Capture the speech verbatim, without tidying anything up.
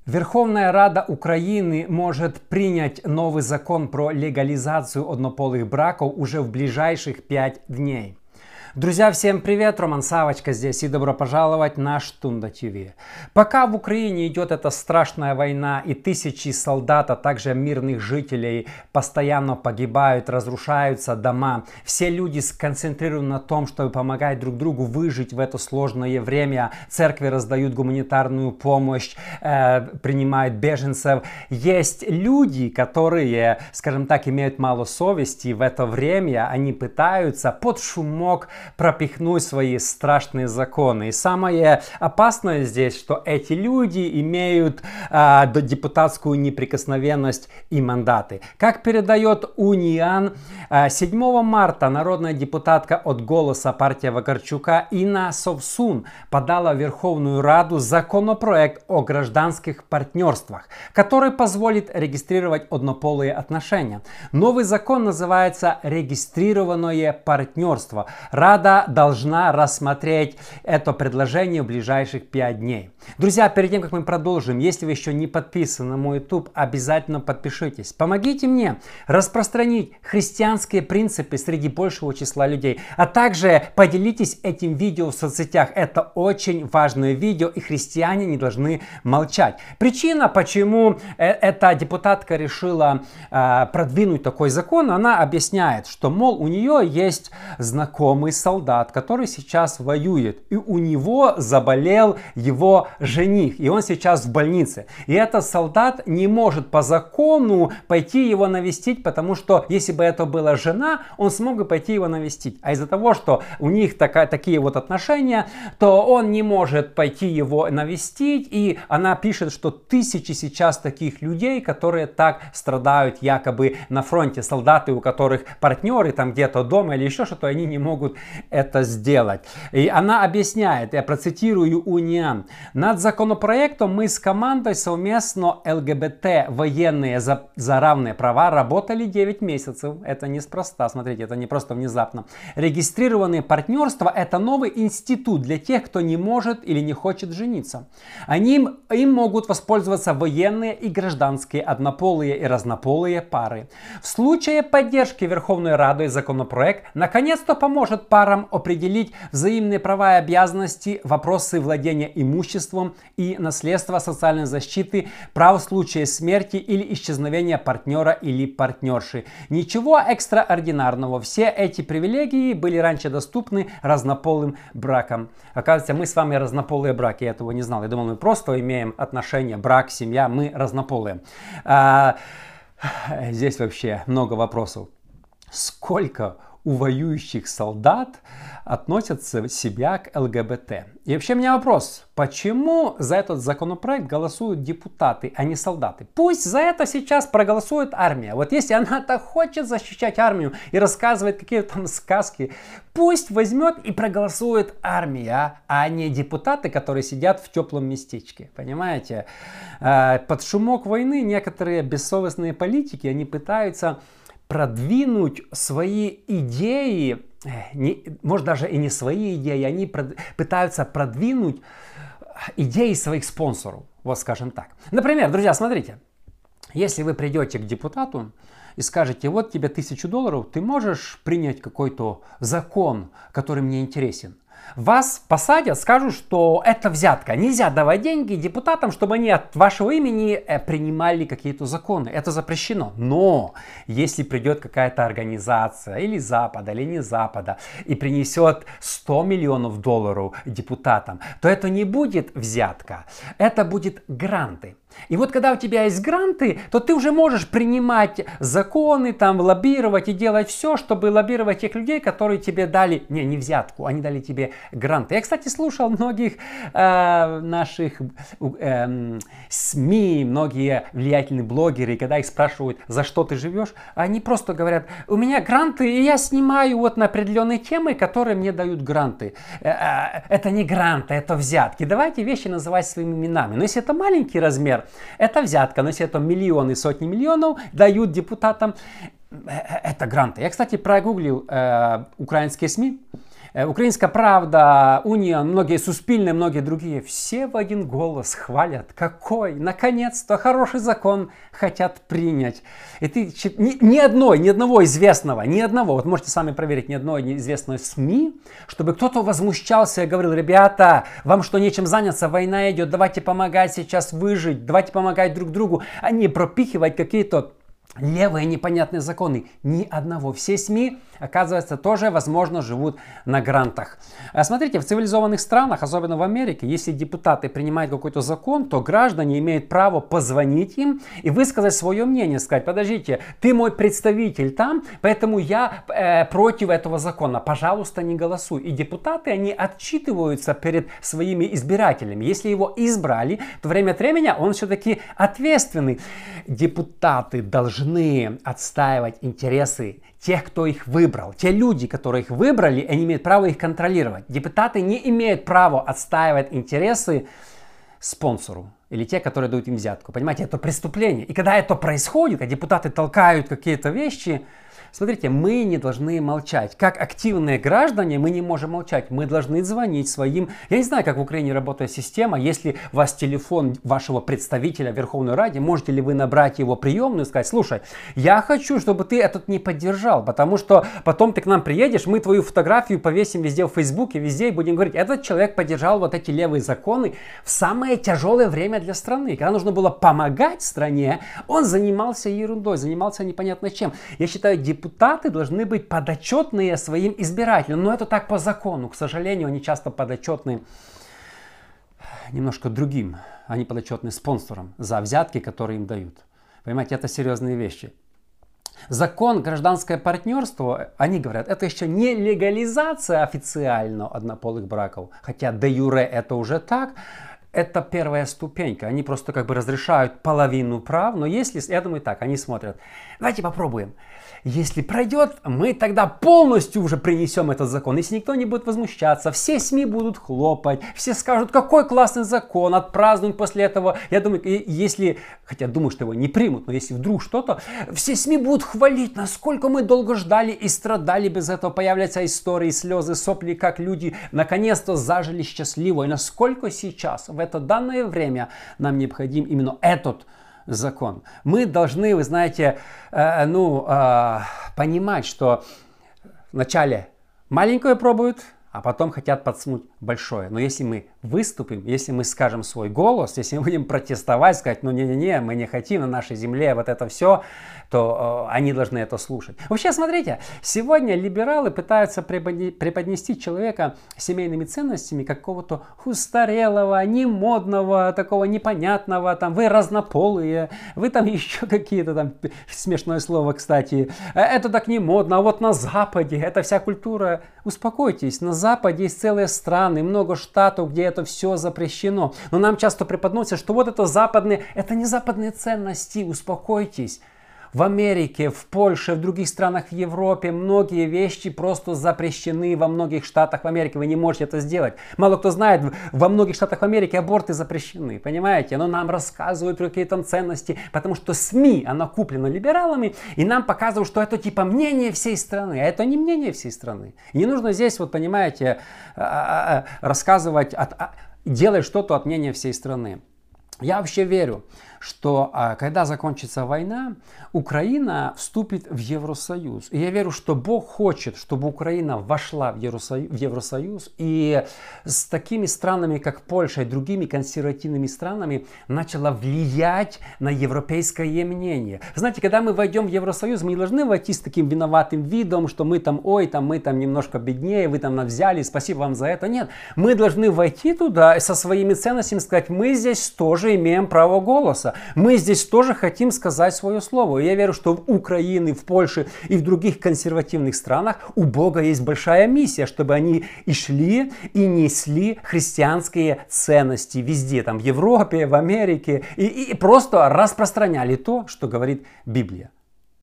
Верховная Рада Украины может принять новый закон про легализацию однополых браков уже в ближайших пять дней. Друзья, всем привет! Роман Савочка здесь и добро пожаловать на Штунда ТВ. Пока в Украине идет эта страшная война и тысячи солдат, а также мирных жителей постоянно погибают, разрушаются дома, все люди сконцентрированы на том, чтобы помогать друг другу выжить в это сложное время. Церкви раздают гуманитарную помощь, э, принимают беженцев. Есть люди, которые, скажем так, имеют мало совести. В это время они пытаются под шумок пропихнуть свои страшные законы. И самое опасное здесь, что эти люди имеют э, депутатскую неприкосновенность и мандаты. Как передает Униан, э, седьмого марта народная депутатка от «Голоса» партия Вакарчука Инна Совсун подала в Верховную Раду законопроект о гражданских партнерствах, который позволит регистрировать однополые отношения. Новый закон называется «Регистрированное партнерство». Рада должна рассмотреть это предложение в ближайших пять дней. Друзья, перед тем, как мы продолжим, если вы еще не подписаны на мой YouTube, обязательно подпишитесь. Помогите мне распространить христианские принципы среди большего числа людей. А также поделитесь этим видео в соцсетях. Это очень важное видео, и христиане не должны молчать. Причина, почему эта депутатка решила э, продвинуть такой закон, она объясняет, что, мол, у нее есть знакомый солдат, который сейчас воюет, и у него заболел его жених, и он сейчас в больнице. И этот солдат не может по закону пойти его навестить, потому что если бы это была жена, он смог бы пойти его навестить. А из-за того, что у них такая, такие вот отношения, то он не может пойти его навестить. И она пишет, что тысячи сейчас таких людей, которые так страдают якобы на фронте. Солдаты, у которых партнеры там где-то дома или еще что-то, они не могут это сделать. И она объясняет, я процитирую Униан: над законопроектом мы с командой совместно ЛГБТ военные за, за равные права работали девять месяцев. Это неспроста, смотрите, это не просто внезапно. Регистрированные партнерства — это новый институт для тех, кто не может или не хочет жениться. Они, им могут воспользоваться военные и гражданские, однополые и разнополые пары. В случае поддержки Верховной Радой законопроект наконец-то поможет парам определить взаимные права и обязанности, вопросы владения имуществом и наследства, социальной защиты, прав в случае смерти или исчезновения партнера или партнерши. Ничего экстраординарного. Все эти привилегии были раньше доступны разнополым бракам. Оказывается, мы с вами разнополые браки. Я этого не знал. Я думал, мы просто имеем отношения, брак, семья. Мы разнополые. А, здесь вообще много вопросов. Сколько у воюющих солдат относятся себя к ЛГБТ? И вообще у меня вопрос, почему за этот законопроект голосуют депутаты, а не солдаты? Пусть за это сейчас проголосует армия. Вот если она так хочет защищать армию и рассказывает какие-то там сказки, пусть возьмет и проголосует армия, а не депутаты, которые сидят в теплом местечке. Понимаете? Под шумок войны некоторые бессовестные политики, они пытаются продвинуть свои идеи, не, может даже и не свои идеи, они прод, пытаются продвинуть идеи своих спонсоров, вот скажем так. Например, друзья, смотрите, если вы придете к депутату и скажете: вот тебе тысячу долларов, ты можешь принять какой-то закон, который мне интересен. Вас посадят, скажут, что это взятка. Нельзя давать деньги депутатам, чтобы они от вашего имени принимали какие-то законы. Это запрещено. Но если придет какая-то организация или Запада, или не Запада, и принесет сто миллионов долларов депутатам, то это не будет взятка. Это будет гранты. И вот когда у тебя есть гранты, то ты уже можешь принимать законы, там, лоббировать и делать все, чтобы лоббировать тех людей, которые тебе дали, не, не взятку, они дали тебе гранты. Я, кстати, слушал многих э, наших э, СМИ, многие влиятельные блогеры, и когда их спрашивают, за что ты живешь, они просто говорят: у меня гранты, и я снимаю вот на определенные темы, которые мне дают гранты. Э, э, это не гранты, это взятки. Давайте вещи называть своими именами. Но если это маленький размер, это взятка. Но если это миллионы, сотни миллионов дают депутатам, это гранты. Я, кстати, прогуглил э, украинские СМИ. Украинская правда, Унион, многие Суспильные, многие другие, все в один голос хвалят, какой, наконец-то, хороший закон хотят принять. И ты, ни, ни одной, ни одного известного, ни одного, вот можете сами проверить, ни одной известной СМИ, чтобы кто-то возмущался и говорил: ребята, вам что, нечем заняться, война идет, давайте помогать сейчас выжить, давайте помогать друг другу, а не пропихивать какие-то левые непонятные законы. Ни одного. Все СМИ, оказывается, тоже, возможно, живут на грантах. Смотрите, в цивилизованных странах, особенно в Америке, если депутаты принимают какой-то закон, то граждане имеют право позвонить им и высказать свое мнение, сказать: подождите, ты мой представитель там, поэтому я э, против этого закона, пожалуйста, не голосуй. И депутаты, они отчитываются перед своими избирателями. Если его избрали, то время от времени он все-таки ответственный. Депутаты должны отстаивать интересы тех, кто их выбрал. Те люди, которые их выбрали, они имеют право их контролировать. Депутаты не имеют права отстаивать интересы спонсору или те, которые дают им взятку. Понимаете, это преступление. И когда это происходит, а депутаты толкают какие-то вещи, смотрите, мы не должны молчать. Как активные граждане мы не можем молчать. Мы должны звонить своим... Я не знаю, как в Украине работает система. Если у вас телефон вашего представителя в Верховной Раде, можете ли вы набрать его приемную и сказать: слушай, я хочу, чтобы ты этот не поддержал, потому что потом ты к нам приедешь, мы твою фотографию повесим везде в Фейсбуке, везде и будем говорить: этот человек поддержал вот эти левые законы в самое тяжелое время для страны. Когда нужно было помогать стране, он занимался ерундой, занимался непонятно чем. Я считаю, депутаты должны быть подотчетные своим избирателям. Но это так по закону. К сожалению, они часто подотчетны немножко другим. Они подотчетны спонсорам за взятки, которые им дают. Понимаете, это серьезные вещи. Закон гражданское партнерство, они говорят, это еще не легализация официально однополых браков. Хотя де юре это уже так. Это первая ступенька. Они просто как бы разрешают половину прав. Но если, я думаю так, они смотрят: давайте попробуем. Если пройдет, мы тогда полностью уже принесем этот закон. Если никто не будет возмущаться, все СМИ будут хлопать, все скажут: какой классный закон, отпразднуем после этого. Я думаю, если, хотя думаю, что его не примут, но если вдруг что-то, все СМИ будут хвалить, насколько мы долго ждали и страдали без этого. Появляются истории, слезы, сопли, как люди наконец-то зажили счастливо. И насколько сейчас, в это данное время, нам необходим именно этот закон. Мы должны, вы знаете, э, ну, э, понимать, что вначале маленькое пробуют, а потом хотят подсунуть большое. Но если мы выступим, если мы скажем свой голос, если мы будем протестовать, сказать: ну не-не-не, мы не хотим на нашей земле вот это все, то э, они должны это слушать. Вообще, смотрите, сегодня либералы пытаются преподнести человека семейными ценностями какого-то устарелого, немодного, такого непонятного, там, вы разнополые, вы там еще какие-то там, смешное слово, кстати, это так не модно, а вот на Западе, это вся культура. Успокойтесь, на Западе есть целые страны, много штатов, где это все запрещено. Но нам часто преподносят, что вот это западные, это не западные ценности, успокойтесь. В Америке, в Польше, в других странах в Европе многие вещи просто запрещены. Во многих штатах в Америке вы не можете это сделать. Мало кто знает, во многих штатах в Америке аборты запрещены, понимаете? Но нам рассказывают про какие-то ценности, потому что СМИ, она куплена либералами, и нам показывают, что это типа мнение всей страны. А это не мнение всей страны. И не нужно здесь, вот понимаете, рассказывать, делать что-то от мнения всей страны. Я вообще верю, что а, когда закончится война, Украина вступит в Евросоюз. И я верю, что Бог хочет, чтобы Украина вошла в Евросоюз, в Евросоюз и с такими странами, как Польша и другими консервативными странами начала влиять на европейское мнение. Знаете, когда мы войдем в Евросоюз, мы не должны войти с таким виноватым видом, что мы там, ой, там, мы там немножко беднее, вы там нас взяли, спасибо вам за это. Нет, мы должны войти туда и со своими ценностями сказать: мы здесь тоже имеем право голоса. Мы здесь тоже хотим сказать свое слово. И я верю, что в Украине, в Польше и в других консервативных странах у Бога есть большая миссия, чтобы они и шли, и несли христианские ценности везде, там в Европе, в Америке, и, и просто распространяли то, что говорит Библия.